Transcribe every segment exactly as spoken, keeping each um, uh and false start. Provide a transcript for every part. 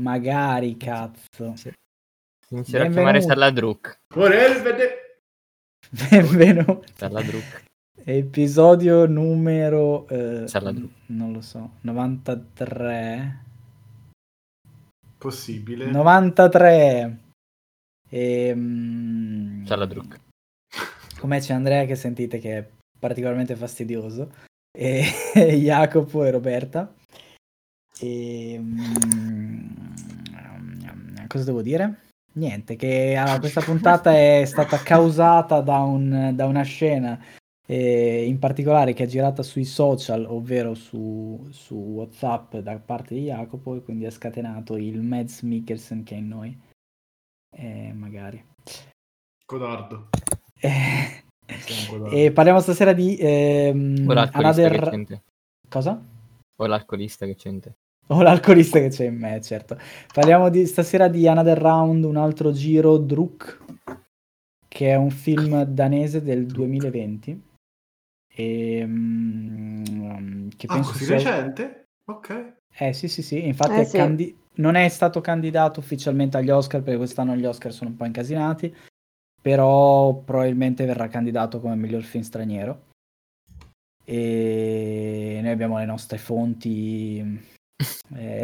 magari, cazzo. Sì. Inizierò a chiamare Salladruk. Benvenuto. Salladruk. Episodio numero... Eh, Salladruk. non lo so, novantatré. Possibile. novantatré. E, Salladruk. Com'è, c'è Andrea che sentite che è particolarmente fastidioso. E Jacopo e Roberta. E, cosa devo dire? Niente, che allora, questa puntata è stata causata da, un, da una scena eh, in particolare che è girata sui social, ovvero su, su WhatsApp da parte di Jacopo, e quindi ha scatenato il Mads Mikkelsen che è in noi. Eh, magari. Codardo. Eh, codardo. e parliamo stasera di ehm, O l'alcolista Another... che c'ente. Cosa? O l'alcolista che c'ente. O l'alcolista che c'è in me, certo. Parliamo di, stasera di Another Round, un altro giro, Druk, che è un film danese del duemilaventi. E, um, che ah, penso così sia... recente? Ok. Eh sì sì sì, infatti Eh, è sì. candi... non è stato candidato ufficialmente agli Oscar perché quest'anno gli Oscar sono un po' incasinati, però probabilmente verrà candidato come miglior film straniero. E noi abbiamo le nostre fonti... Eh,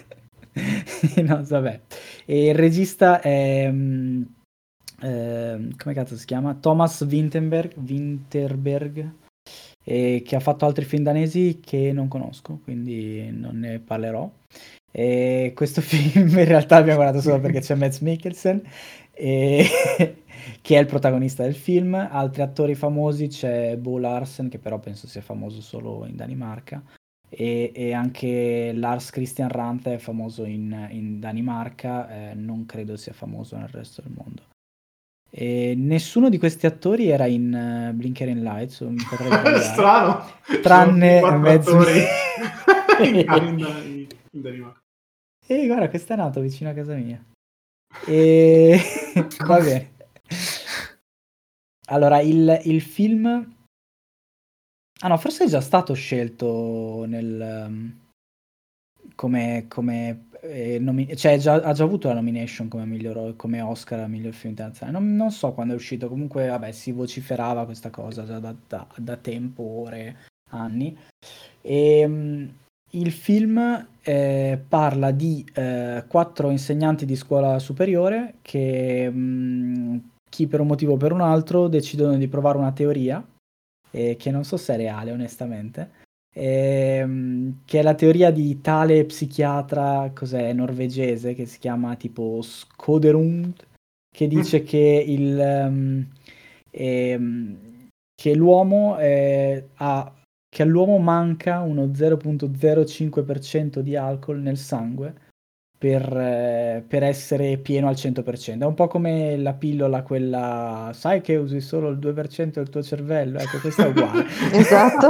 no, vabbè. E il regista è mm, eh, come cazzo si chiama? Thomas Vinterberg, Winterberg, eh, che ha fatto altri film danesi che non conosco, quindi non ne parlerò. E questo film in realtà abbiamo guardato solo perché c'è Mads Mikkelsen, e che è il protagonista del film. Altri attori famosi c'è Bo Larsen, che però penso sia famoso solo in Danimarca. E, e anche Lars Christian Ranthe è famoso in, in Danimarca, eh, non credo sia famoso nel resto del mondo. E nessuno di questi attori era in uh, Blinking Lights, o mi potrei sbagliare. Strano, tranne mezzo attori in, in, in Danimarca. E guarda, questo è nato vicino a casa mia. E va bene. Allora, il, il film... Ah no, forse è già stato scelto nel... Um, come... come eh, nomi- cioè già, ha già avuto la nomination come miglior come Oscar a miglior film internazionale. Non, non so quando è uscito, comunque vabbè, si vociferava questa cosa già da, da, da tempo, ore, anni. E... Um, il film eh, parla di eh, quattro insegnanti di scuola superiore che mh, chi per un motivo o per un altro decidono di provare una teoria eh, che non so se è reale onestamente, ehm, che è la teoria di tale psichiatra, cos'è, norvegese, che si chiama tipo Skoderund, che dice che il um, ehm, che l'uomo eh, ha che all'uomo manca uno zero virgola zero cinque per cento di alcol nel sangue per, eh, per essere pieno al cento per cento. È un po' come la pillola, quella, sai che usi solo il due per cento del tuo cervello? Ecco, questa è uguale. Esatto.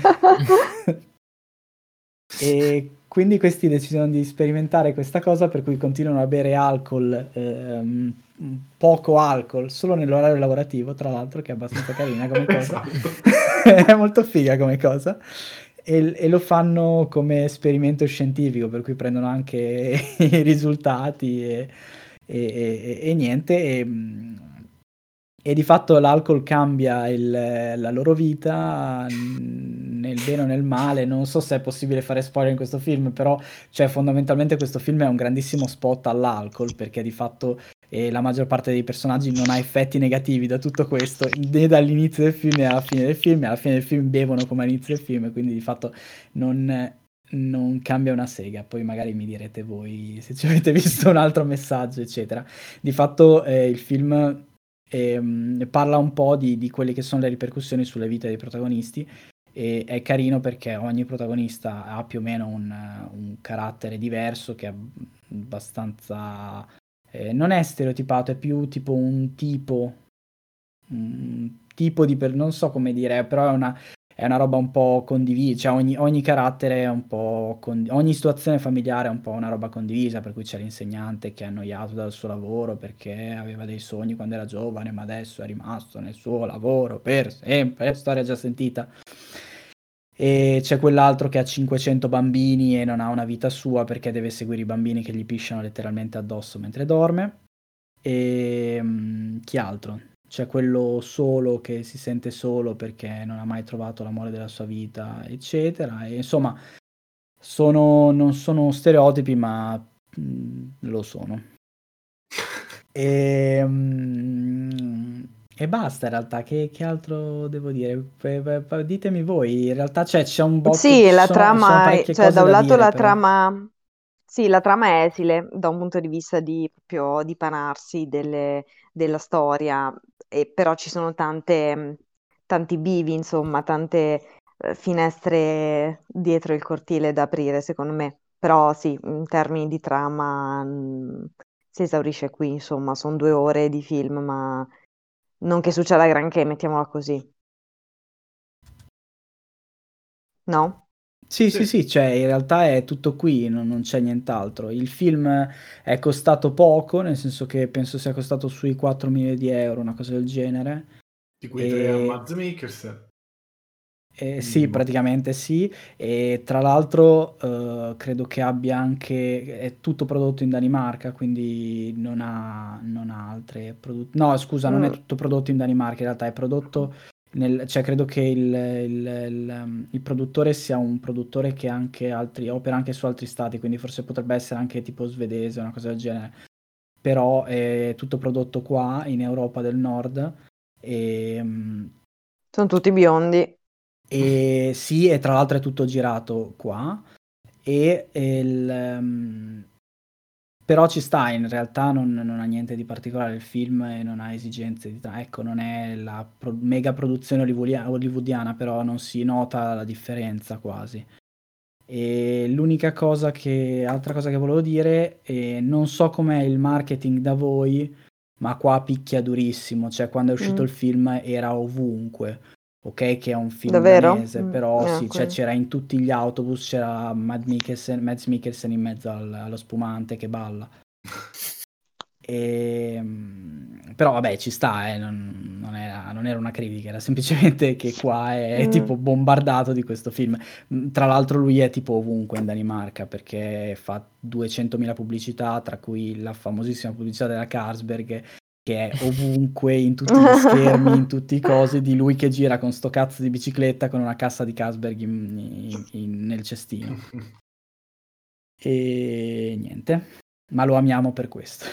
E quindi questi decidono di sperimentare questa cosa, per cui continuano a bere alcol, ehm, poco alcol, solo nell'orario lavorativo, tra l'altro, che è abbastanza carina come cosa. È molto figa come cosa. E, e lo fanno come esperimento scientifico, per cui prendono anche i risultati e, e, e, e niente. E, e di fatto l'alcol cambia il, la loro vita nel bene o nel male. Non so se è possibile fare spoiler in questo film, però cioè, fondamentalmente questo film è un grandissimo spot all'alcol, perché di fatto eh, la maggior parte dei personaggi non ha effetti negativi da tutto questo, né dall'inizio del film né alla fine del film, e alla fine del film bevono come all'inizio del film, quindi di fatto non... non cambia una sega. Poi magari mi direte voi se ci avete visto un altro messaggio, eccetera. Di fatto eh, il film E, parla un po' di, di quelle che sono le ripercussioni sulle vite dei protagonisti, e è carino perché ogni protagonista ha più o meno un, un carattere diverso, che è abbastanza eh, non è stereotipato, è più tipo un tipo un tipo di per non so come dire, però è una è una roba un po' condivisa, cioè ogni, ogni carattere è un po' condi- ogni situazione familiare è un po' una roba condivisa, per cui c'è l'insegnante che è annoiato dal suo lavoro perché aveva dei sogni quando era giovane, ma adesso è rimasto nel suo lavoro per sempre, storia già sentita. E c'è quell'altro che ha cinquecento bambini e non ha una vita sua perché deve seguire i bambini che gli pisciano letteralmente addosso mentre dorme. E mm, chi altro? C'è quello solo che si sente solo perché non ha mai trovato l'amore della sua vita, eccetera. E insomma, sono, non sono stereotipi, ma mm, lo sono. E, mm, e basta in realtà, che, che altro devo dire? P- p- p- ditemi voi, in realtà c'è, c'è un botto, Sì, ci la sono, ci sono trama, è- parecchie cioè cose da un da lato dire, la però. trama, sì, la trama è esile da un punto di vista di proprio dipanarsi delle- della storia, e però ci sono tante, mh, tanti bivi, insomma, tante eh, finestre dietro il cortile da aprire, secondo me. Però sì, in termini di trama, mh, si esaurisce qui, insomma, sono due ore di film, ma non che succeda granché, mettiamola così, no? Sì, sì, Sì, sì, cioè in realtà è tutto qui, non, non c'è nient'altro. Il film è costato poco, nel senso che penso sia costato sui quattro milioni di euro, una cosa del genere. di cui tre a E, Mads Mikkelsen. e sì, Minimo. praticamente sì. E tra l'altro eh, credo che abbia anche, è tutto prodotto in Danimarca, quindi non ha, non ha altre produzioni. No, scusa, non è Mm. tutto prodotto in Danimarca, in realtà è prodotto nel- cioè credo che il, il- il, um, il produttore sia un produttore che anche altri, opera anche su altri stati, quindi forse potrebbe essere anche tipo svedese o una cosa del genere. Però è tutto prodotto qua in Europa del Nord e, mm, Sono tutti biondi. e sì, e tra l'altro è tutto girato qua e il, ehm, però ci sta, in realtà non, non ha niente di particolare il film e non ha esigenze di... Ecco, non è la pro- mega produzione hollywoodiana, hollywoodiana, però non si nota la differenza quasi. E l'unica cosa che... Altra cosa che volevo dire, eh, non so com'è il marketing da voi, ma qua picchia durissimo, cioè quando è uscito Mm. il film era ovunque. Ok, che è un film Davvero? danese, Mm. però Eh, sì, cioè, quindi- c'era in tutti gli autobus, c'era Mad Mikkelsen, Mads Mikkelsen in mezzo al- allo spumante che balla. E, mm, però vabbè, ci sta, eh, non, non era, non era una critica, era semplicemente che qua è, è Mm. tipo bombardato di questo film. Mm, Tra l'altro lui è tipo ovunque in Danimarca perché fa duecentomila pubblicità, tra cui la famosissima pubblicità della Carlsberg, che è ovunque, in tutti gli schermi, in tutti i cosi, di lui che gira con sto cazzo di bicicletta con una cassa di Carlsberg in- in- in- nel cestino. E niente, ma lo amiamo per questo.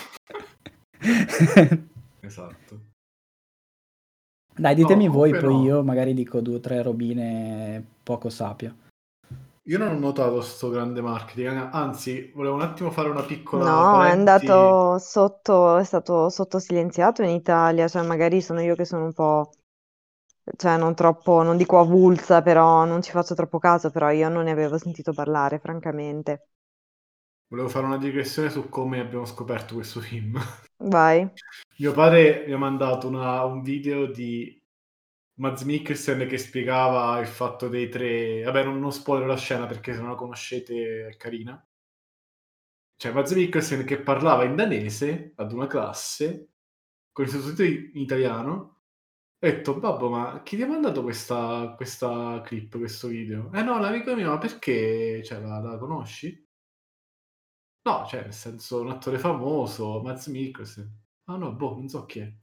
Esatto. Dai, No, ditemi voi, comunque poi no. io magari dico due o tre robine poco sapio. Io non ho notato sto grande marketing, anzi, volevo un attimo fare una piccola No, è parentesi. andato sotto, è stato sotto silenziato in Italia, cioè magari sono io che sono un po', cioè non troppo, non dico avulsa, però non ci faccio troppo caso, però io non ne avevo sentito parlare, francamente. Volevo fare una digressione su come abbiamo scoperto questo film. Vai. Mio padre mi ha mandato una- un video di Mads Mikkelsen che spiegava il fatto dei tre... Vabbè, non, non spoiler la scena perché se non la conoscete è carina. Cioè, Mads Mikkelsen che parlava in danese ad una classe con i sottotitoli in italiano. Ho detto, babbo, ma chi ti ha mandato questa, questa clip, questo video? Eh no, l'amico mio, ma perché? Cioè, la, la conosci? No, cioè, nel senso, un attore famoso, Mads Mikkelsen. Ah no, boh, non so chi è.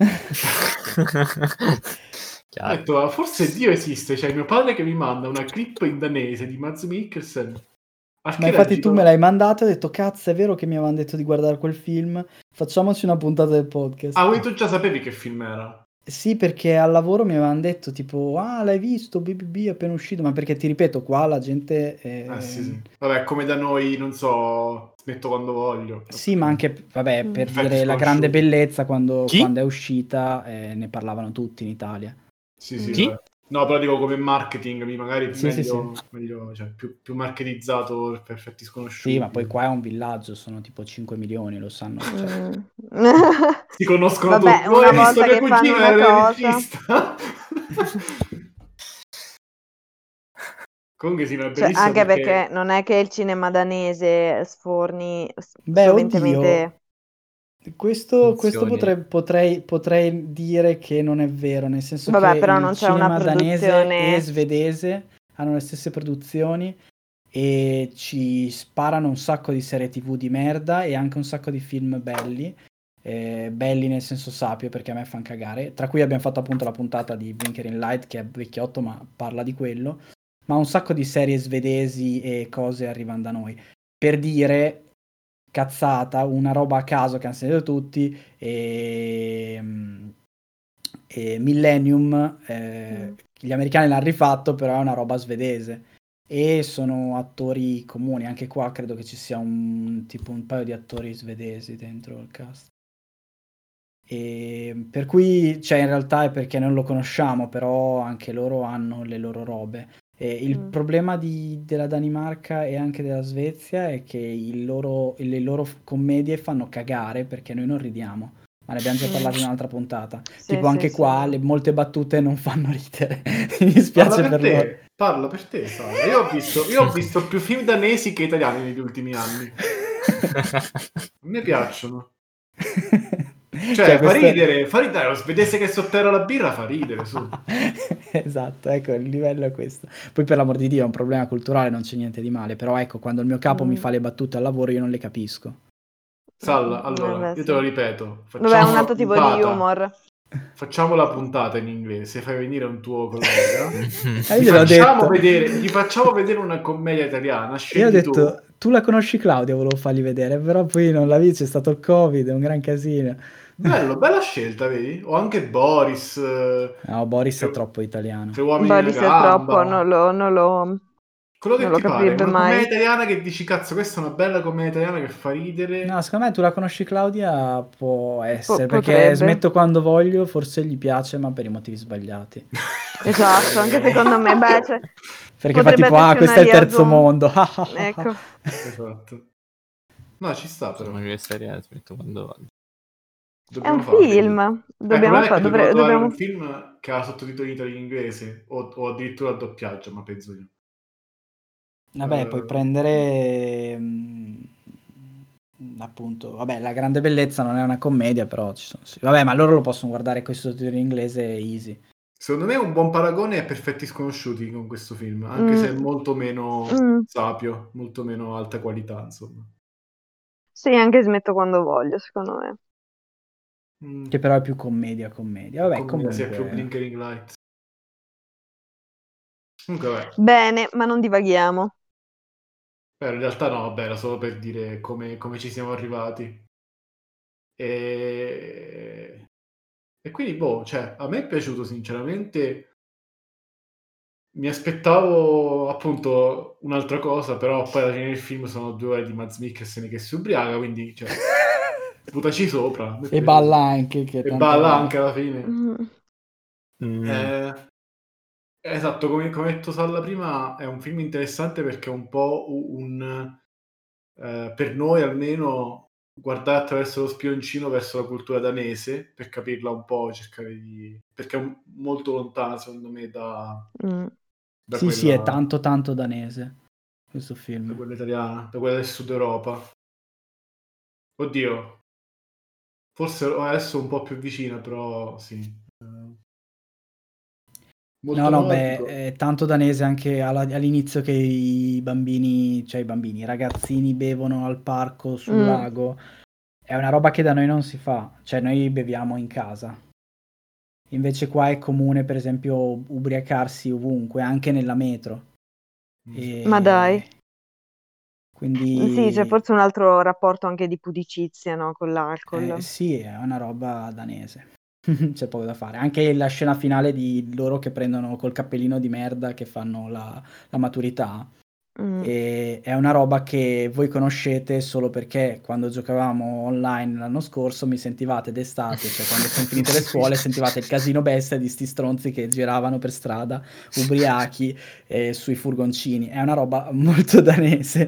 Ho Chiaro. detto, ma forse Dio esiste, cioè mio padre che mi manda una clip in danese di Mads Mikkelsen. Al Ma che la infatti tu giro... me l'hai mandato e ho detto, cazzo, è vero che mi avevano detto di guardare quel film? Facciamoci una puntata del podcast. Ah, quindi tu già sapevi che film era? Sì, perché al lavoro mi avevano detto tipo, ah, l'hai visto, B B B è appena uscito, ma perché ti ripeto, qua la gente... Eh sì, eh, sì. Vabbè, come da noi, non so, smetto quando voglio. Sì, ma anche, vabbè, Mm. per Effetti dire la grande sconosciuti. bellezza, quando, Chi? quando è uscita, eh, ne parlavano tutti in Italia. Sì, sì, Mm. Chi? vabbè. No, però dico come marketing, mi- magari Sì, sì, sì. meglio, meglio cioè, più, più marketizzato per effetti Sì, sconosciuti. ma poi qua è un villaggio, sono tipo cinque milioni, lo sanno. Cioè. Mm. Si conoscono Vabbè, tutti. Oh, una hai visto volta mia che fanno cugina una era il cosa. regista? Comunque sì, ma è Cioè, bellissimo anche perché... perché non è che il cinema danese sforni s- Beh, oddio, sovventemente. Questo, questo Funzioni. potrei, potrei, potrei dire che non è vero, nel senso Vabbè, che però il non c'è una cinema danese produzione- e svedese hanno le stesse produzioni e ci sparano un sacco di serie tv di merda e anche un sacco di film belli, eh, belli nel senso sapio, perché a me fanno cagare, tra cui abbiamo fatto appunto la puntata di Blinker in Light, che è vecchiotto ma parla di quello, ma un sacco di serie svedesi e cose arrivano da noi. Per dire, cazzata, una roba a caso che hanno sentito tutti, e, e Millennium, eh, Mm. gli americani l'hanno rifatto, però è una roba svedese. E sono attori comuni, anche qua credo che ci sia un tipo un paio di attori svedesi dentro il cast. E per cui, cioè, in realtà è perché non lo conosciamo, però anche loro hanno le loro robe. E il Mm. problema di- della Danimarca e anche della Svezia è che il loro- le loro f- commedie fanno cagare perché noi non ridiamo. Ma ne abbiamo già Mm. parlato in un'altra puntata. Sì, Tipo sì, anche sì. qua le- molte battute non fanno ridere. Mi Parla dispiace per per loro. te, parla per te, Sara. Io ho visto, io ho visto più film danesi che italiani negli ultimi anni. A me piacciono. Cioè, Cioè, fa questo- ridere, fa ridere. Lo svedese che sotterra la birra fa ridere, su. Esatto, ecco, il livello è questo. Poi per l'amor di Dio è un problema culturale, non c'è niente di male, però ecco, quando il mio capo Mm. mi fa le battute al lavoro io non le capisco. Sal, Mm, allora, vabbè, io sì. te lo ripeto. Vabbè, è Facciamo un la altro tipo di puntata. humor. Facciamo la puntata in inglese, fai venire un tuo collega. Eh, Gli gliel'ho facciamo, detto. vedere, gli facciamo vedere una commedia italiana. Io ho Scegli detto, tu. tu la conosci Claudia, volevo fargli vedere, però poi non la vidi, c'è stato il Covid, è un gran casino. Bello, bella scelta, vedi? O anche Boris. eh, No, Boris tre, è troppo italiano. tre uomini Boris e una è troppo, gamba. non lo, non lo, Quello che non lo ti pare, capirebbe una mai. commedia italiana che dici, cazzo, questa è una bella commedia italiana che fa ridere. No, secondo me tu la conosci Claudia, può essere, Po- perché potrebbe. smetto quando voglio, forse gli piace, ma per i motivi sbagliati. Esatto, anche secondo me. Beh, cioè, Perché fa potrebbe tipo, ah, esserci questo è una il terzo liaison. mondo. Ecco. Esatto. No, ci sta però. Sono io serie aspetto quando voglio. È Dobbiamo un farlo. film. Eh, il Dobbiamo problema è che fare. dobbiamo Dovre- trovare dobbiamo... un film che ha sottotitoli in inglese o, o addirittura il doppiaggio, ma penso io. Vabbè, Eh, puoi prendere mm, appunto, vabbè, La Grande Bellezza non è una commedia, però ci sono, sì. Vabbè, ma loro lo possono guardare con i sottotitoli in inglese easy. Secondo me un buon paragone è Perfetti Sconosciuti con questo film, anche Mm. se è molto meno Mm. sapio, molto meno alta qualità, insomma. Sì, anche smetto quando voglio, secondo me. Mm. Che però è più commedia, commedia. Vabbè, Commedia, sì, è più comunque. Blinkering Light. Comunque, vabbè. Bene, ma non divaghiamo. Beh, in realtà no, vabbè, era solo per dire come, come ci siamo arrivati. E... e quindi, boh, cioè, a me è piaciuto sinceramente. Mi aspettavo appunto un'altra cosa, però poi alla fine del film sono due ore di Mads Mikkelsen che si ubriaca, quindi cioè, butaci sopra. Mi è E piaciuto. balla anche. Che E tanto balla vale. anche alla fine. Mm. Mm. Eh, esatto, come, come detto Salla prima, è un film interessante perché è un po' un... eh, per noi almeno guardare attraverso lo spioncino verso la cultura danese per capirla un po', cercare di... perché è un- molto lontana secondo me da, Mm. da Sì, quella, sì, è tanto tanto danese questo da film. quella italiana, da quella del sud Europa. Oddio, forse adesso un po' più vicina, però sì. Eh, molto No, no, nordico. beh, è tanto danese anche alla- all'inizio che i bambini, cioè i bambini, i ragazzini bevono al parco sul Mm. lago. È una roba che da noi non si fa, cioè noi beviamo in casa. Invece qua è comune, per esempio, ubriacarsi ovunque, anche nella metro. Mm. E Ma dai. quindi Sì, c'è forse un altro rapporto anche di pudicizia, no, con l'alcol. eh, sì, è una roba danese. C'è poco da fare. Anche la scena finale di loro che prendono col cappellino di merda che fanno la, la maturità. Mm. E è una roba che voi conoscete solo perché quando giocavamo online l'anno scorso mi sentivate d'estate, cioè quando sono finite le scuole sentivate il casino bestia di sti stronzi che giravano per strada ubriachi eh, sui furgoncini. È una roba molto danese.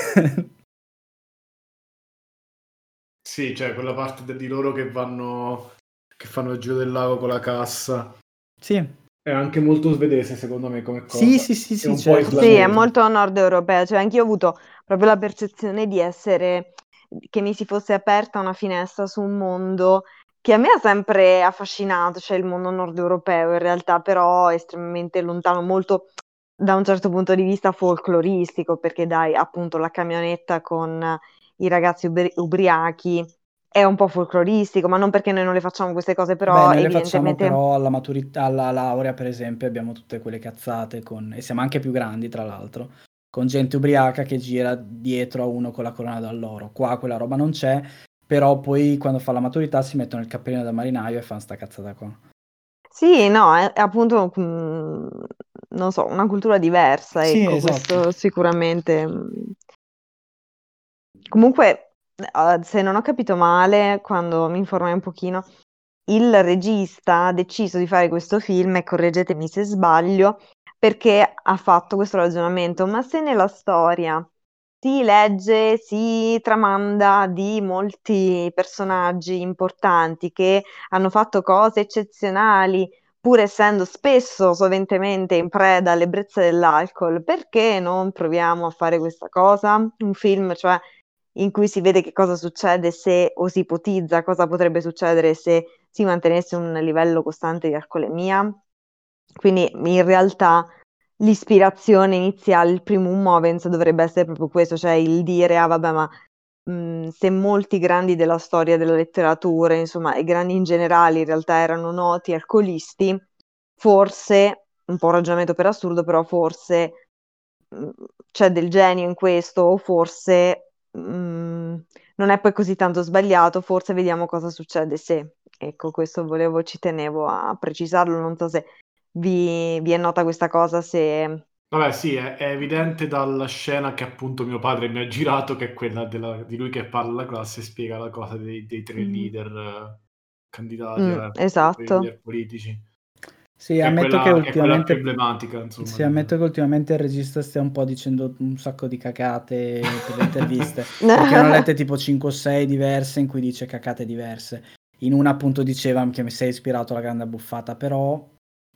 Sì, cioè quella parte de- di loro che vanno, che fanno il giro del lago con la cassa. Sì. È anche molto svedese secondo me come cosa. Sì, sì, sì, È sì, un po' certo. Sì, è islandese. molto nord europea, cioè anche io ho avuto proprio la percezione di essere che mi si fosse aperta una finestra su un mondo che a me ha sempre affascinato, cioè il mondo nord europeo in realtà, però estremamente lontano, molto da un certo punto di vista folcloristico, perché dai, appunto la camionetta con i ragazzi ubri- ubriachi è un po' folcloristico, ma non perché noi non le facciamo queste cose, Beh, però noi le facciamo evidentemente... però alla maturità, alla laurea, per esempio, abbiamo tutte quelle cazzate con, e siamo anche più grandi, tra l'altro, con gente ubriaca che gira dietro a uno con la corona d'alloro. Qua quella roba non c'è, però poi quando fa la maturità si mettono il cappellino da marinaio e fanno sta cazzata qua. Sì, no, è, è appunto, mm, non so, una cultura diversa, Sì, ecco, esatto. questo sicuramente. mm. Comunque, eh, se non ho capito male, quando mi informai un pochino, il regista ha deciso di fare questo film, e correggetemi se sbaglio, perché ha fatto questo ragionamento, ma se nella storia si legge, si tramanda di molti personaggi importanti che hanno fatto cose eccezionali, pur essendo spesso, soventemente in preda all'ebbrezza dell'alcol, perché non proviamo a fare questa cosa? Un film, cioè, in cui si vede che cosa succede se, o si ipotizza cosa potrebbe succedere se si mantenesse un livello costante di alcolemia. Quindi in realtà l'ispirazione iniziale, il primum movens dovrebbe essere proprio questo, cioè il dire, ah vabbè, ma mh, se molti grandi della storia della letteratura, insomma, e grandi in generale in realtà erano noti alcolisti, forse, un po' un ragionamento per assurdo, però forse mh, c'è del genio in questo, o forse mh, non è poi così tanto sbagliato, forse vediamo cosa succede se. Ecco, questo volevo, ci tenevo a precisarlo, non so se vi, vi è nota questa cosa, se... Vabbè, sì, è, è evidente dalla scena che appunto mio padre mi ha girato, che è quella della- di lui che parla alla classe e spiega la cosa dei, dei tre Mm, leader eh, candidati mm, a dei esatto. leader politici, Sì, che è ammetto che quella, che è quella più ultimamente, emblematica, insomma. sì, del- ammetto che ultimamente il regista stia un po' dicendo un sacco di cacate per le interviste, perché ne ho lette tipo cinque o sei diverse in cui dice cacate diverse. In una appunto diceva che mi sei ispirato alla grande abbuffata, però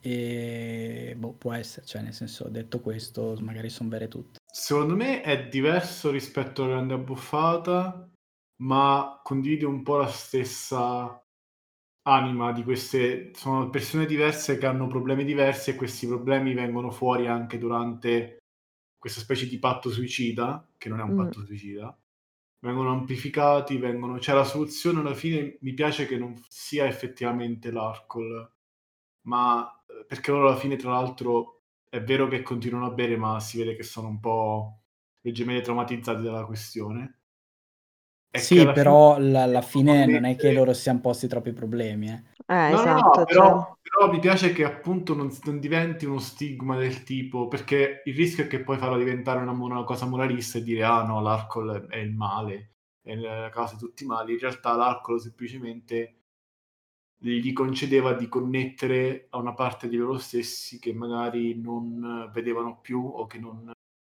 eh, boh, può essere, cioè nel senso, detto questo, magari sono vere tutte. Secondo me è diverso rispetto alla grande abbuffata, ma condivide un po' la stessa anima di queste, sono persone diverse che hanno problemi diversi e questi problemi vengono fuori anche durante questa specie di patto suicida, che non è un Mm. patto suicida, vengono amplificati, vengono... cioè la soluzione alla fine mi piace che non sia effettivamente l'alcol, ma eh, perché loro alla fine tra l'altro è vero che continuano a bere, ma si vede che sono un po' leggermente traumatizzati dalla questione. È che Sì, alla fine però l- alla devono fine non è che mettere... loro siano posti troppi problemi, eh. Eh, No, no, no, esatto, cioè... però, però mi piace che appunto non, non diventi uno stigma del tipo, perché il rischio è che poi farla diventare una, una cosa moralista e dire ah no, l'alcol è, è il male, è la causa di tutti i mali. In realtà l'alcol semplicemente gli concedeva di connettere a una parte di loro stessi che magari non vedevano più o che non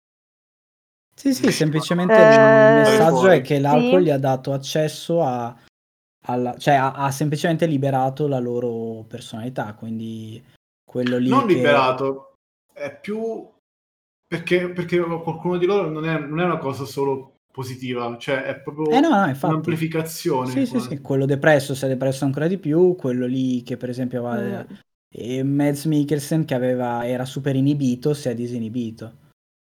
Sì, sì, riuscivano semplicemente il a dare Eh, messaggio è fuori. che l'alcol sì, gli ha dato accesso a, alla, cioè ha, ha semplicemente liberato la loro personalità, quindi quello lì Non che... liberato, è più perché, perché qualcuno di loro non è, non è una cosa solo positiva, cioè è Eh no, proprio no, infatti. un'amplificazione Sì, sì, sì, quasi. quello depresso si è depresso ancora di più, quello lì che per esempio aveva... mm. E Mads Mikkelsen che aveva, era super inibito si è disinibito.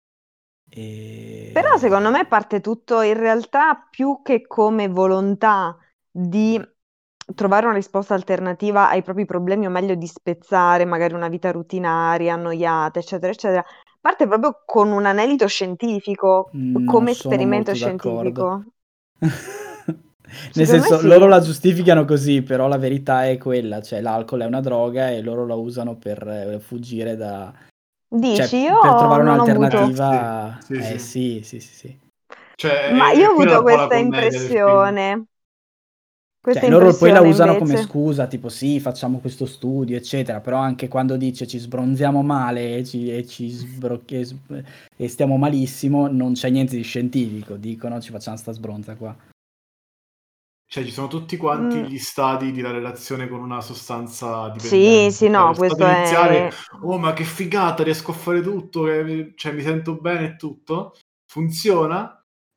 Però secondo E... me parte tutto in realtà più che come volontà di trovare una risposta alternativa ai propri problemi, o meglio di spezzare magari una vita rutinaria, annoiata, eccetera, eccetera. Parte proprio con un anelito scientifico, Non come sono esperimento molto d'accordo. scientifico. Nel Secondo me senso, sì. loro la giustificano così, però la verità è quella, cioè l'alcol è una droga e loro la usano per eh, fuggire da... Dici, cioè per io trovare non ho avuto... Eh sì, un'alternativa... sì, Eh sì. sì, sì, sì, sì. Cioè Ma è, io ho è quella avuto un po' la questa commedia del film. impressione, questa Cioè loro poi la impressione usano come invece. scusa, tipo sì, facciamo questo studio, eccetera, però anche quando dice ci sbronziamo male e ci, e ci sbro- e s- e stiamo malissimo, non c'è niente di scientifico, dicono ci facciamo sta sbronza qua. Cioè ci sono tutti quanti Mm, gli stadi della relazione con una sostanza sì, dipendente. sì, Cioè, no, lo stato questo iniziale, è... oh ma che figata, riesco a fare tutto, eh, cioè mi sento bene e tutto, funziona.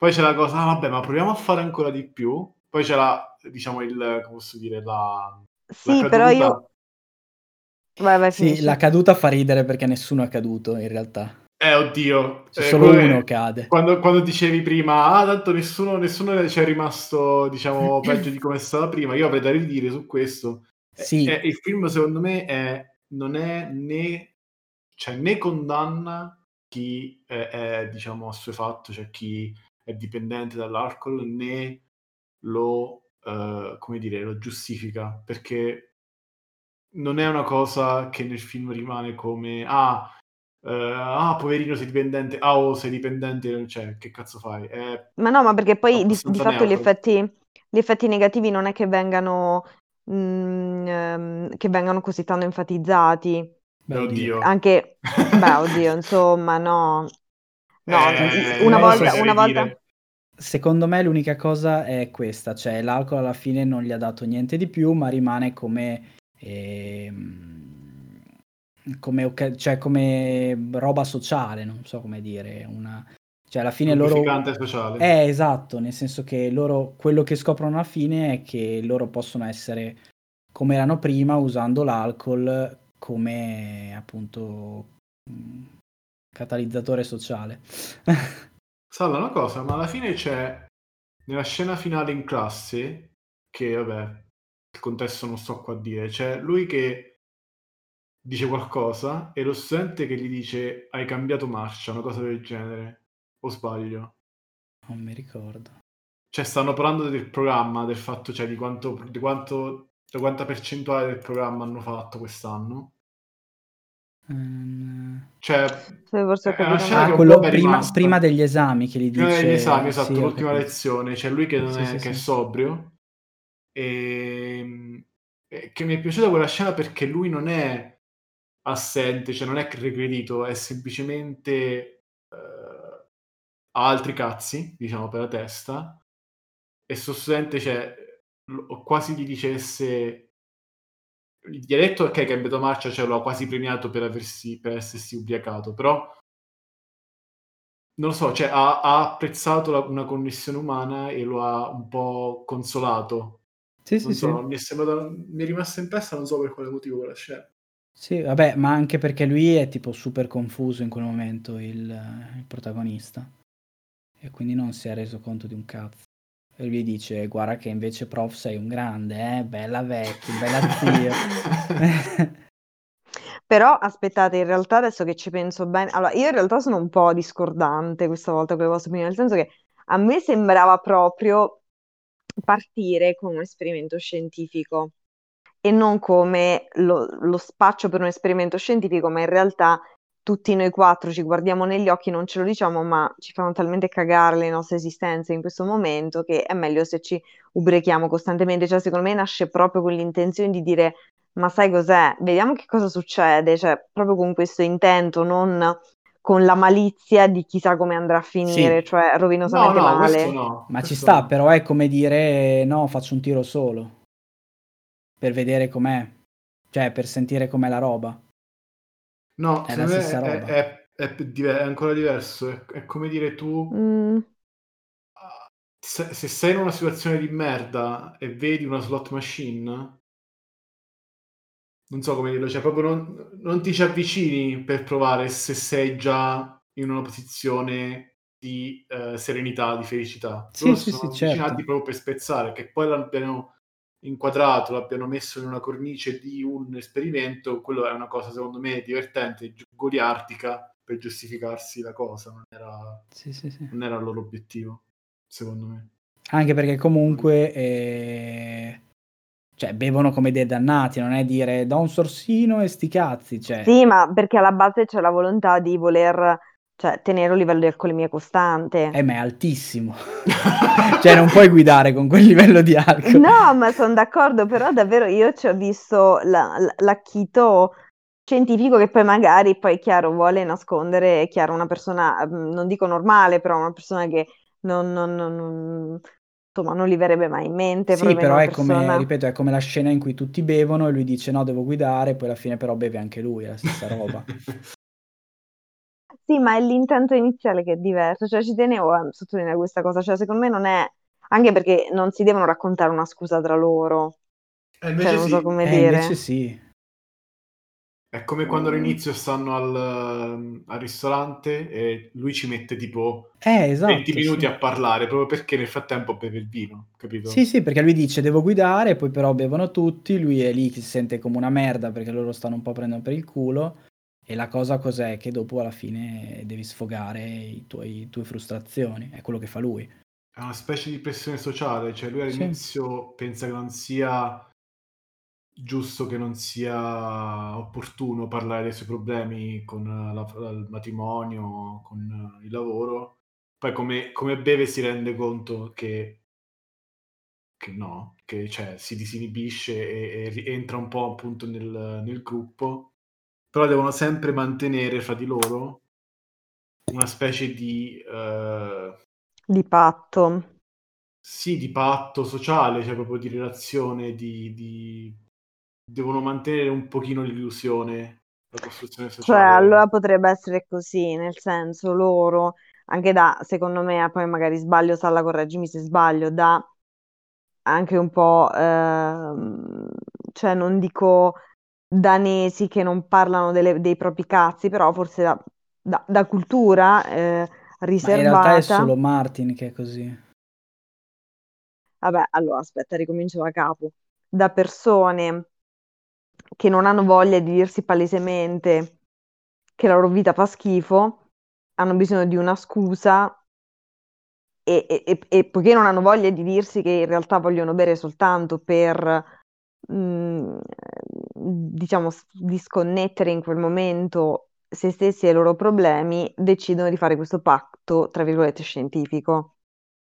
Poi c'è la cosa, ah, vabbè, ma proviamo a fare ancora di più. Poi c'è la, diciamo, il, come posso dire, la, la Sì, però caduta. io... Vai, vai, Sì, finisci. la caduta fa ridere perché nessuno è caduto in realtà. Eh, oddio. C'è Eh, solo quello uno che- cade. Quando, quando dicevi prima, ah, tanto nessuno, nessuno ci è rimasto, diciamo, peggio di come stava prima, io avrei da ridire su questo. Eh, Sì, eh, il film, secondo me, è, non è né, cioè, né condanna chi è, è, diciamo, assuefatto, cioè chi è dipendente dall'alcol, né lo, eh, come dire, lo giustifica, perché non è una cosa che nel film rimane come, ah, eh, ah, poverino, sei dipendente, ah, oh, sei dipendente, cioè, che cazzo fai? È Ma no, ma perché poi di, di abbastanza fatto gli neutro. effetti, gli effetti negativi non è che vengano, mm, ehm, che vengano così tanto enfatizzati. beh, Oddio. Anche, beh, oddio, insomma, no. No, Eh, una non lo so, volta, oserei una volta... dire. secondo me l'unica cosa è questa, cioè l'alcol alla fine non gli ha dato niente di più, ma rimane come, ehm, come, occa- cioè come roba sociale, non so come dire, una, cioè alla fine loro... Lubrificante sociale. Eh, esatto, nel senso che loro, quello che scoprono alla fine è che loro possono essere come erano prima usando l'alcol come appunto mh, catalizzatore sociale. Salla, una cosa, ma alla fine c'è, nella scena finale in classe, che vabbè, il contesto non sto qua a dire, c'è lui che dice qualcosa e lo studente che gli dice hai cambiato marcia, una cosa del genere, o sbaglio? Non mi ricordo. Cioè stanno parlando del programma, del fatto, cioè di quanto, di quanto, di quanta percentuale del programma hanno fatto quest'anno. Ehm, Cioè, Sì, forse ho è una capito scena Ah, che male. un po' quello mi è prima, rimasta. prima degli esami che gli Prima degli esami, dice... esatto, Sì, ho l'ultima capito. lezione, c'è lui che, non Sì, è, sì, che è sì. sobrio e e che mi è piaciuta quella scena perché lui non è assente, cioè non è regredito, è semplicemente eh, ha altri cazzi, diciamo, per la testa e sto studente, cioè, lo- quasi gli dicesse, gli ha detto ok, che è cambiato marcia, cioè lo ha quasi premiato per, aversi, per essersi ubriacato, però non lo so, cioè ha, ha apprezzato la- una connessione umana e lo ha un po' consolato. Sì, Non sì, so, sì. mi è sembrata, mi è rimasta in testa, non so per quale motivo quella scena. Sì, vabbè, ma anche perché lui è tipo super confuso in quel momento, il, il protagonista. E quindi non si è reso conto di un cazzo. E lui dice, guarda che invece prof sei un grande, eh? Bella vecchio, bella zio. Però aspettate, in realtà adesso che ci penso bene, allora io in realtà sono un po' discordante questa volta con le vostre opinioni, nel senso che a me sembrava proprio partire con un esperimento scientifico e non come lo, lo spaccio per un esperimento scientifico, ma in realtà tutti noi quattro ci guardiamo negli occhi, non ce lo diciamo, ma ci fanno talmente cagare le nostre esistenze in questo momento che è meglio se ci ubriachiamo costantemente. Cioè, secondo me nasce proprio con l'intenzione di dire, ma sai cos'è? Vediamo che cosa succede, cioè proprio con questo intento, non con la malizia di chissà come andrà a finire, Sì, cioè No, rovinosamente no, questo male. no. ma ci Questo sta, no. però è come dire, no, faccio un tiro solo, per vedere com'è, cioè per sentire com'è la roba. No, È la secondo stessa me è, roba. è- è diver- è ancora diverso. È, è come dire tu, Mm, ah, se, se sei in una situazione di merda e vedi una slot machine, non so come dirlo, cioè proprio non, non ti ci avvicini per provare se sei già in una posizione di eh, serenità, di felicità. Sì, Loro si sì, sì, sono avvicinati certo. proprio per spezzare, che poi l'abbiano inquadrato, l'abbiano messo in una cornice di un esperimento, quello è una cosa secondo me divertente, gi- goliardica per giustificarsi la cosa, non era, Sì, sì, sì. non era il loro obiettivo, secondo me. Anche perché comunque, eh, cioè, bevono come dei dannati, non è dire da un sorsino e sti cazzi, cioè, sì, ma perché alla base c'è la volontà di voler, cioè, tenere un livello di alcolemia costante. eh, ma è altissimo. Cioè, non puoi guidare con quel livello di alcol. No, ma sono d'accordo, però davvero io ci ho visto la- la- l'acchito scientifico che poi magari, poi chiaro, vuole nascondere, chiaro, una persona, mm, non dico normale, però una persona che non, non- non- non- insomma, non gli verrebbe mai in mente, Sì, probabilmente però una è come, persona... ripeto, è come la scena in cui tutti bevono e lui dice no, devo guidare, poi alla fine però beve anche lui, è la stessa roba. Sì, ma è l'intento iniziale che è diverso, cioè ci tenevo a sottolineare questa cosa, cioè secondo me non è, anche perché non si devono raccontare una scusa tra loro, E cioè invece non so sì, come Eh, invece dire. sì. è come quando Mm. all'inizio stanno al, al ristorante e lui ci mette tipo Eh, venti esatto, minuti sì. a parlare, proprio perché nel frattempo beve il vino, capito? Sì, sì, perché lui dice devo guidare, poi però bevono tutti, lui è lì che si sente come una merda perché loro stanno un po' prendendo per il culo e la cosa cos'è? Che dopo alla fine devi sfogare i tuoi, le tue frustrazioni, è quello che fa lui. È una specie di pressione sociale, cioè lui Sì, all'inizio pensa che non sia giusto, che non sia opportuno parlare dei suoi problemi con la- il matrimonio, con il lavoro. Poi come, come beve si rende conto che, che no, che cioè, si disinibisce e, e rientra un po' appunto nel, nel gruppo, però devono sempre mantenere fra di loro una specie di eh, Di patto. sì, di patto sociale, cioè proprio di relazione, di, di- devono mantenere un pochino l'illusione, la costruzione Cioè, sociale. allora potrebbe essere così, nel senso loro, anche da, secondo me, poi magari sbaglio, Salla, correggimi se sbaglio, da anche un po', ehm, cioè non dico danesi che non parlano delle- dei propri cazzi, però forse da, da- da cultura eh, ma in realtà è riservata. solo Martin che è così. Vabbè, allora aspetta, ricomincio da capo. Da persone che non hanno voglia di dirsi palesemente che la loro vita fa schifo, hanno bisogno di una scusa e, e- e- e poiché non hanno voglia di dirsi che in realtà vogliono bere soltanto per, mm, diciamo, s- disconnettere in quel momento se stessi e i loro problemi, decidono di fare questo patto, tra virgolette, scientifico.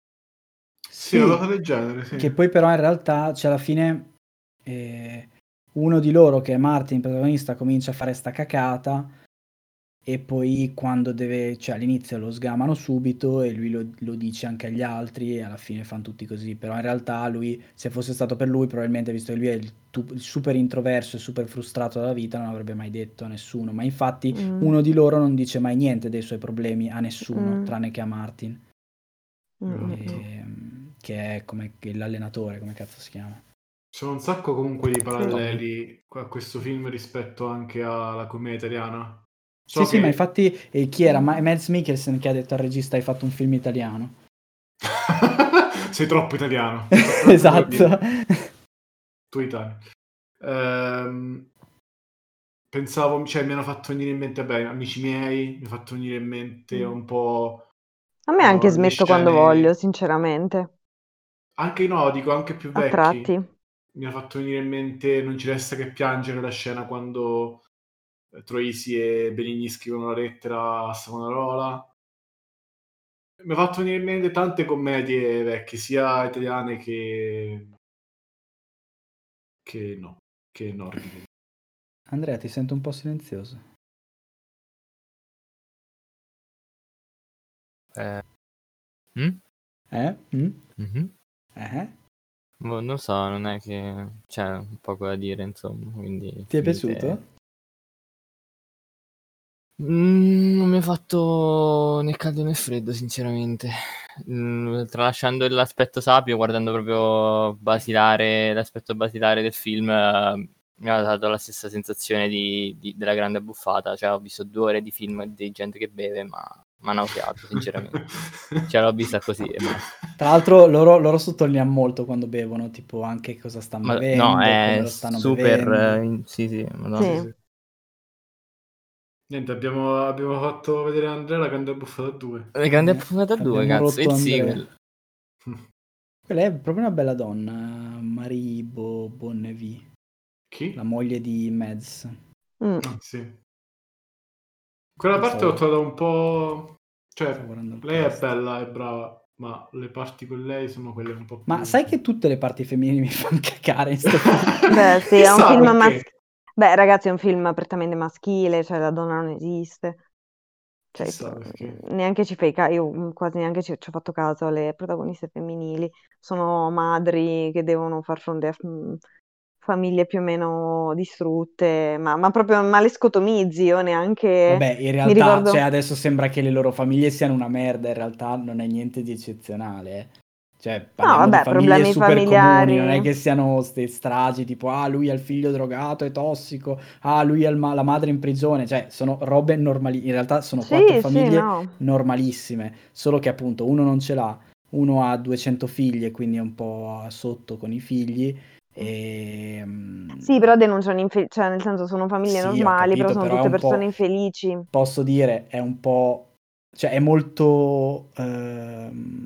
Sì, una Sì, cosa del genere, sì. che poi però in realtà, cioè alla fine, eh, uno di loro, che è Martin, il protagonista, comincia a fare sta cacata e poi quando deve, cioè all'inizio lo sgamano subito e lui lo, lo dice anche agli altri e alla fine fanno tutti così, però in realtà lui, se fosse stato per lui, probabilmente, visto che lui è il, tu- il super introverso e super frustrato dalla vita, non avrebbe mai detto a nessuno, ma infatti Mm, uno di loro non dice mai niente dei suoi problemi a nessuno, mm, tranne che a Martin. mm, mm, mm. Ehm, che è come che l'allenatore, come cazzo si chiama? Ci sono un sacco comunque di Sì. paralleli a questo film rispetto anche alla commedia italiana. Sì, So sì, ma che infatti eh, chi era? Ma- Mads Mikkelsen che ha detto al regista hai fatto un film italiano. sei troppo italiano, sei troppo italiano, non lo Esatto. dire. Tu Italia. Ehm, pensavo, cioè mi hanno fatto venire in mente, beh, amici miei, mi ha fatto venire in mente Mm. un po' A me anche uh, le smetto quando voglio, scene, sinceramente, anche no, dico anche più a vecchi. tratti. Mi ha fatto venire in mente Non ci resta che piangere, la scena quando eh, Troisi e Benigni scrivono la lettera a Savonarola. Mi ha fatto venire in mente tante commedie vecchie, sia italiane che, che no, che nordiche. Andrea, ti sento un po' silenzioso. Eh, mm? Eh? Mm? Mhm. Eh? Boh, non so, non è che c'è poco da dire, insomma, quindi Ti è finite. piaciuto? Mm, non mi ha fatto né caldo né freddo, sinceramente. Mm, tralasciando l'aspetto sapio, guardando proprio basilare, l'aspetto basilare del film, eh, mi ha dato la stessa sensazione di, di- della grande buffata. Cioè, ho visto due ore di film di gente che beve, ma mi ha nauseato, sinceramente. Cioè, l'ho vista così e basta. Tra l'altro loro, loro sottolineano molto quando bevono, tipo anche cosa stanno Ma no, bevendo, come è lo stanno super... bevendo. eh, in- sì, sì, madonna. Sì, Sì. sì. Niente, abbiamo, abbiamo fatto vedere a Andrea la grande buffata due. Le grandi Eh, appuntate a due, abbiamo cazzo. rotto Il Andrea. sequel. Quella è proprio una bella donna, Marie Bo- Bonnevie, la Chi? moglie di Mads. Mm. Ah, sì. Quella Io parte l'ho stavo, trovata un po'... stavo Cioè, guardando il lei è cast. bella, è brava, ma le parti con lei sono quelle un po' Ma più... sai che tutte le parti femminili mi fanno cacare in sto film? Beh, sì, è un Chissà film perché. maschile. Beh, ragazzi, è un film prettamente maschile, cioè la donna non esiste. Cioè, Chissà perché. neanche ci fai caso, io mm, quasi neanche ci, ci ho fatto caso alle protagoniste femminili. Sono madri che devono far fronte a mm, famiglie più o meno distrutte, ma, ma proprio ma le scotomizzi, io neanche Vabbè, in mi realtà, ricordo. cioè, adesso sembra che le loro famiglie siano una merda, in realtà non è niente di eccezionale, eh. Cioè, No, parliamo di vabbè, famiglie problemi super comuni, non è familiari. che siano ste stragi tipo, ah, lui ha il figlio drogato e tossico, ah, lui ha il ma- la madre in prigione, cioè, sono robe normali, in realtà sono quattro Sì, sì, famiglie no. normalissime, solo che appunto uno non ce l'ha, uno ha duecento figli, quindi è un po' sotto con i figli, e... Sì, però denunciano infe- cioè nel senso sono famiglie Sì, ho normali, però capito, sono però è tutte un persone po', infelici. posso dire, è un po', cioè è molto, ehm,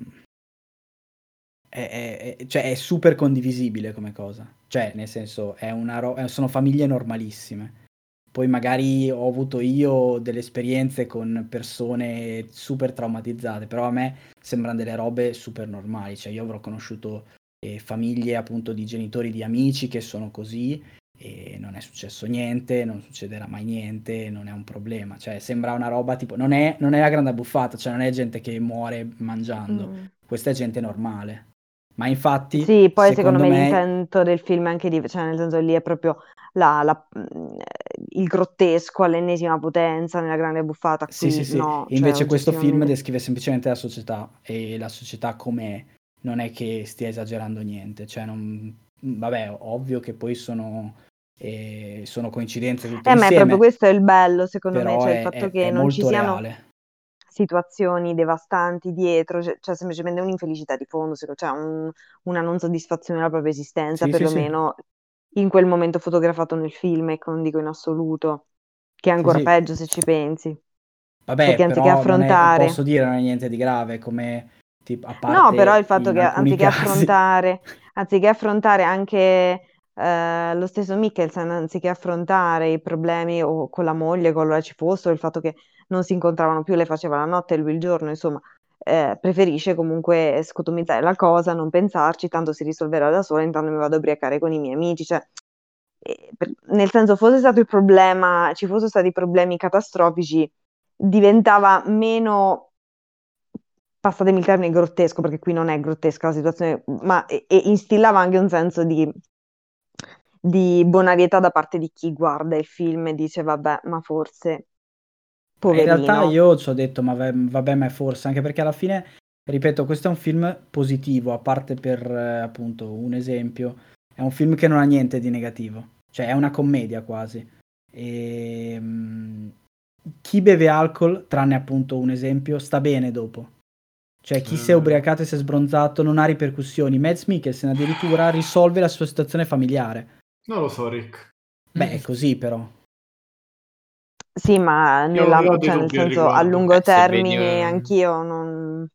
è, è- è- cioè è super condivisibile come cosa, cioè nel senso è una ro- eh, sono famiglie normalissime. Poi magari ho avuto io delle esperienze con persone super traumatizzate, però a me sembrano delle robe super normali, cioè io avrò conosciuto eh, famiglie appunto di genitori di amici che sono così e non è successo niente, non succederà mai niente, non è un problema, cioè sembra una roba tipo, non è, non è la grande abbuffata, cioè non è gente che muore mangiando, Mm. questa è gente normale. Ma infatti, Sì, poi secondo secondo me me, l'intento del film è anche di, cioè nel senso lì è proprio la- la- mm, il grottesco all'ennesima potenza nella grande buffata, sì, sì, qui sì, no, e cioè invece questo film oggettivamente. descrive semplicemente la società e la società com'è, non è che stia esagerando niente, cioè non, vabbè, ovvio che poi sono, eh, sono coincidenze tutte Eh, ma è proprio insieme, questo è il bello, secondo me, però cioè il è, fatto è- che è non ci molto siano reale. situazioni devastanti dietro, cioè, cioè semplicemente un'infelicità di fondo, secondo- cioè un- una non soddisfazione della propria esistenza, Sì, sì, sì, perlomeno in quel momento fotografato nel film, ecco, non dico in assoluto, che è sì, ancora sì. peggio se ci pensi, perché Vabbè, anziché però non è, posso affrontare. dire, non è niente di grave, come, tipo, a No, però il parte fatto in che alcuni anziché casi. affrontare, anziché affrontare anche eh, lo stesso Mikkelsen, anziché affrontare i problemi o con la moglie, qualora ci fossero, il fatto che non si incontravano più, lei faceva la notte e lui il giorno, insomma, eh, preferisce comunque scotomizzare la cosa, non pensarci, tanto si risolverà da sola, intanto mi vado a ubriacare con i miei amici, cioè, eh, per- nel senso, fosse stato il problema, ci fossero stati problemi catastrofici, diventava meno, passatemi il termine, grottesco, perché qui non è grottesca la situazione, ma e, e instillava anche un senso di, di bonarietà da parte di chi guarda il film e dice, vabbè, ma forse, Ma in realtà poverino. io ci ho detto, ma va- vabbè, ma è forse, anche perché alla fine, ripeto, questo è un film positivo, a parte per eh, appunto un esempio, è un film che non ha niente di negativo, cioè è una commedia quasi. E, mm, chi beve alcol, tranne appunto un esempio, sta bene dopo. Cioè chi si è Eh, ubriacato e si è sbronzato non ha ripercussioni. Mads Mikkelsen addirittura risolve la sua situazione familiare. non lo so, Rick. Beh, è così però. Sì, ma Io, nella- io ho dei cioè, nel dubbi al senso a riguardo. Eh, lungo se vedi... termine eh, anch'io non,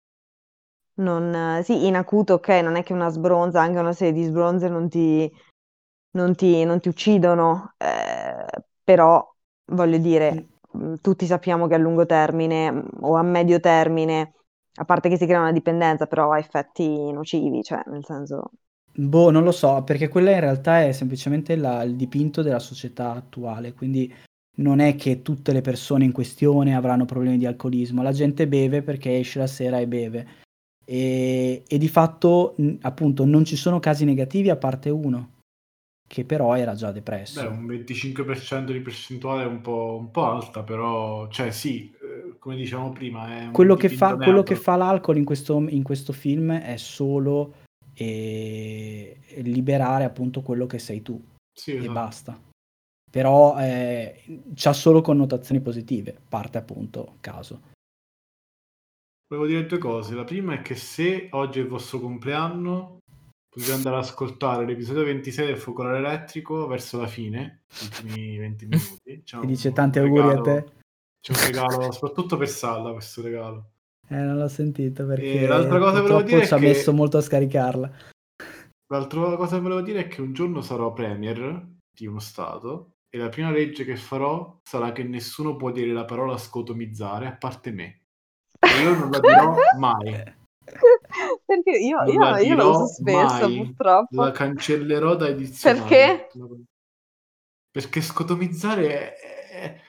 non- sì, in acuto ok, non è che una sbronza, anche una serie di sbronze non ti, non ti, non ti uccidono, eh, però voglio dire, mh, tutti sappiamo che a lungo termine mh, o a medio termine, a parte che si crea una dipendenza, però ha effetti nocivi, cioè nel senso. Boh, non lo so, perché quella in realtà è semplicemente la- il dipinto della società attuale, quindi non è che tutte le persone in questione avranno problemi di alcolismo, la gente beve perché esce la sera e beve. E, e di fatto, mh, appunto, non ci sono casi negativi a parte uno, che però era già Beh, depresso. un venticinque per cento di percentuale è un po', un po' alta, però, cioè sì, eh, come dicevamo prima, è un Quello che dipinto fa, quello che neutro. fa l'alcol in questo, in questo film è solo eh, liberare appunto quello che sei tu Sì, e esatto. basta. Però eh, c'ha solo connotazioni positive, parte appunto caso. Volevo dire due cose. La prima è che se oggi è il vostro compleanno, potete andare ad ascoltare l'episodio ventisei del Focolare Elettrico verso la fine, gli ultimi venti minuti. C'è E un, dice un tanti auguri a regalo, te. c'è un regalo soprattutto per Salla, questo regalo. Eh, non l'ho sentito E l'altra perché cosa che volevo purtroppo dire ci è ha messo che molto a scaricarla. l'altra cosa che volevo dire è che un giorno sarò premier di uno stato e la prima legge che farò sarà che nessuno può dire la parola scotomizzare a parte me. E io non la dirò mai. Perché io, Non la io, io la uso dirò spesso, mai, la purtroppo. cancellerò dai dizionari. Perché? Perché scotomizzare è... è-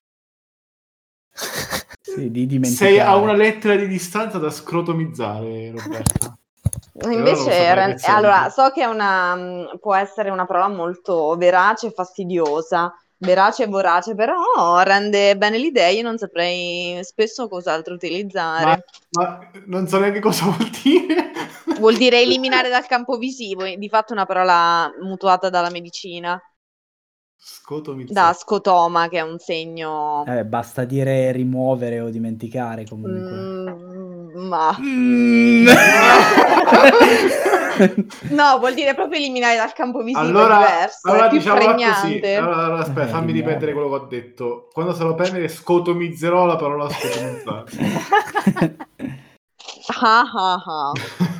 Sì, di sei a una dimenticare. lettera di distanza da scrotomizzare, Roberta. allora non lo Invece, saprei ren- che allora, senso. so che è una, mh, può essere una parola molto verace e fastidiosa, verace e vorace, però rende bene l'idea, io non saprei spesso cos'altro Ma, utilizzare. ma non so neanche cosa vuol dire. Vuol dire eliminare dal campo visivo, di fatto è una parola mutuata dalla medicina, da Scotomizzato. scotoma, che è un segno... Eh, basta dire rimuovere o dimenticare comunque. Mm, ma... Mm. No, vuol dire proprio eliminare dal campo visivo, Allora, è diverso, allora è più diciamola così. pregnante. Allora, allora, aspetta, Eh, fammi ripetere rimuovere. quello che ho detto. Quando sarò premiere scotomizzerò la parola scotomizzare. Ah ah ah.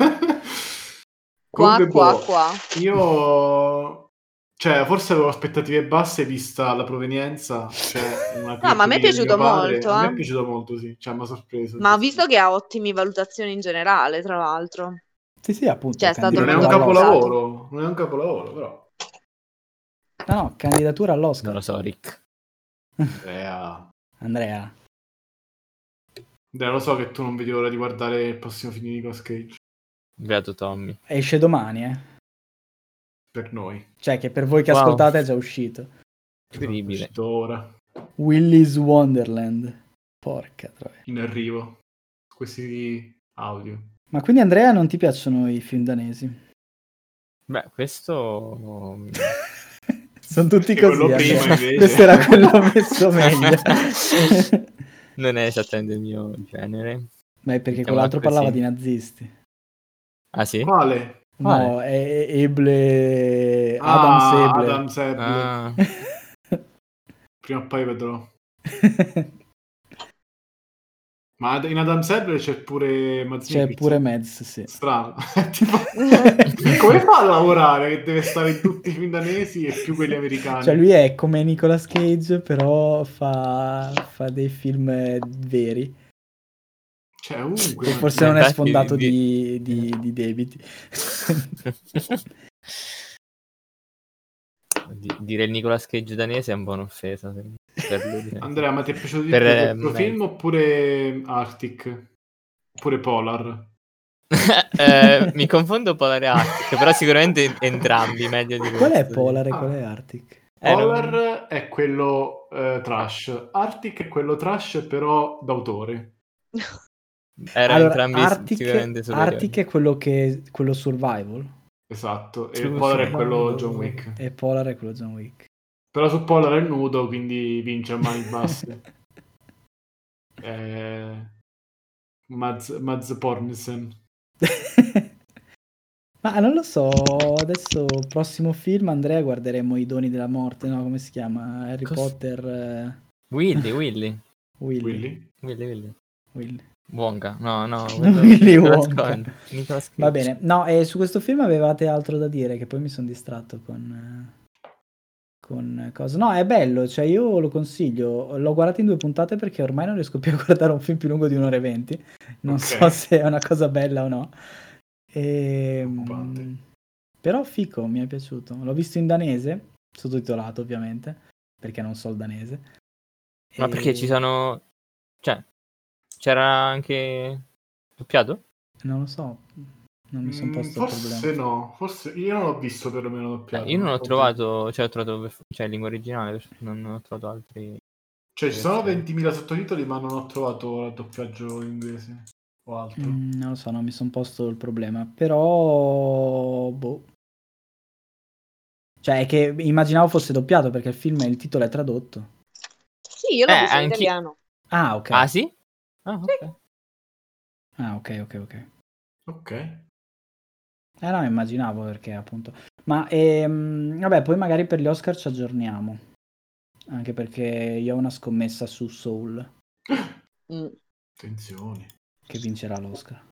Qua, Comunque, qua, boh, qua. io... Cioè, forse avevo aspettative basse vista la provenienza. Cioè, una No, ma a me è critica di mio piaciuto padre. molto, A me è eh. piaciuto molto, sì. Cioè, mi ha sorpreso. Ma ho visto che ha ottime valutazioni in generale, tra l'altro. Sì, sì, appunto, Cioè, è stato Non è un molto candidatura all'Oscar. apprezzato. capolavoro. Non è un capolavoro, però. No, no, candidatura Non all'Oscar. lo so, Rick. Andrea. Andrea. Andrea, lo so che tu non vedi l'ora di guardare il prossimo film di Nicolas Cage. Beato Tommy. Esce domani, eh. Per noi. Cioè che per voi che Wow. ascoltate è già uscito. Esatto, è Incredibile. uscito ora. Willy's Wonderland. Porca troia. In arrivo. Questi audio. Ma quindi Andrea non ti piacciono i film danesi? Beh, questo... Sono tutti E quello così. prima, Andrea. invece. Questo era quello messo meglio. Non è esattamente il mio genere. Ma è perché Mettiamola quell'altro parlava così. di nazisti. Ah sì? Quale? No, Quale? è Eble... Ah, Adam Seble. Adam Seble. Ah, Prima o poi vedrò. Ma ad- in Adam Sandler c'è pure Mads C'è Mikkelsen. pure Mads, sì. Strano. Tipo, come fa a lavorare che deve stare in tutti i film danesi e più quelli americani? Cioè lui è come Nicolas Cage, però fa, fa dei film veri. Cioè, ovunque. E ma- forse non è infatti, sfondato di- di, di, di debiti. Di- dire il Nicolas Cage danese è un po' un'offesa per, per lui. Andrea, ma ti è piaciuto di Per, più eh, questo me- film oppure Arctic? Oppure Polar? Eh, mi confondo Polar e Arctic, però sicuramente entrambi meglio di questo. Qual è Polar e Ah. qual è Arctic? Eh, non- Polar è quello eh, trash. Arctic è quello trash però d'autore. Erano Allora, entrambi Arctic, sicuramente superiori. Arctic è quello che quello survival Esatto. E True Polar è survival. quello John Wick. e Polar è quello John Wick. Però su Polar è nudo, quindi vince a mani basse. eh... Mads, Mads Pornsen. Ma non lo so, adesso prossimo film Andrea guarderemo I Doni della Morte, no, come si chiama? Harry Cos- Potter eh, Willy, Willy. Willy. Willy? Willy, Willy. Willy. Wonka, no, no. Willy Nicolas Wonka. Cohen. Nicolas Cage. Va bene, no, e su questo film avevate altro da dire, che poi mi sono distratto con... eh, con cosa. No, è bello, cioè io lo consiglio. L'ho guardato in due puntate perché ormai non riesco più a guardare un film più lungo di un'ora e venti. Non Ok. so se è una cosa bella o no. E... Preoccupante. Però fico, mi è piaciuto. L'ho visto in danese, sottotitolato ovviamente, perché non so il danese. Ma E- perché ci sono... Cioè, c'era anche doppiato? Non lo so, non mi sono Mm, posto il forse problema. no, forse io non l'ho visto perlomeno doppiato. Eh, io non so ho dire. trovato... Cioè, ho trovato... per- Cioè, lingua originale, per- non ho trovato altri... Cioè, ci sono versioni. ventimila sottotitoli, ma non ho trovato il doppiaggio inglese o altro. Mm, non lo so, non mi sono posto il problema. Però... Boh. Cioè, è che immaginavo fosse doppiato perché il film, il titolo è tradotto. Sì, io l'ho Eh, visto in anche- italiano. Ah, ok. Ah, sì? Ah, ok. Ah, ok, ok, ok. Ok. Eh no, immaginavo perché appunto. Ma ehm, vabbè, poi magari per gli Oscar ci aggiorniamo. Anche perché io ho una scommessa su Soul Mm. Attenzione. che vincerà l'Oscar.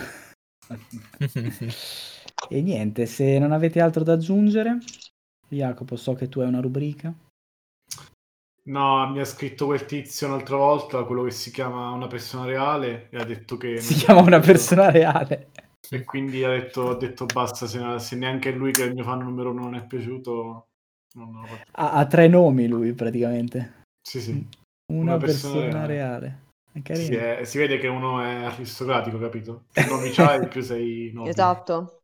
E niente, se non avete altro da aggiungere, Jacopo, so che tu hai una rubrica. No, mi ha scritto quel tizio un'altra volta, quello che si chiama una persona reale, e ha detto che... Si non- chiama una persona reale. E quindi ha detto, ha detto basta, se, se neanche lui che è il mio fan numero uno non è piaciuto, non non lo faccio. Ha, ha tre nomi lui praticamente. Sì, sì. Una, Una persona, persona reale. È carino. Si, è- si vede che uno è aristocratico, capito? Più nomi c'hai, più sei nobile. Esatto.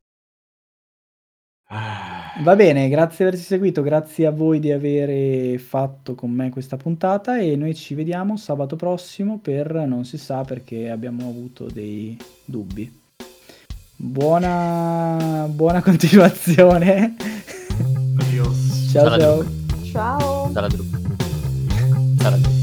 Ah. Va bene, grazie di averci seguito, grazie a voi di aver fatto con me questa puntata e noi ci vediamo sabato prossimo per non si sa perché abbiamo avuto dei dubbi. Buona, buona continuazione. Adios. Ciao Dalla ciao. Drup. Ciao. Dalla Drup. Dalla Drup.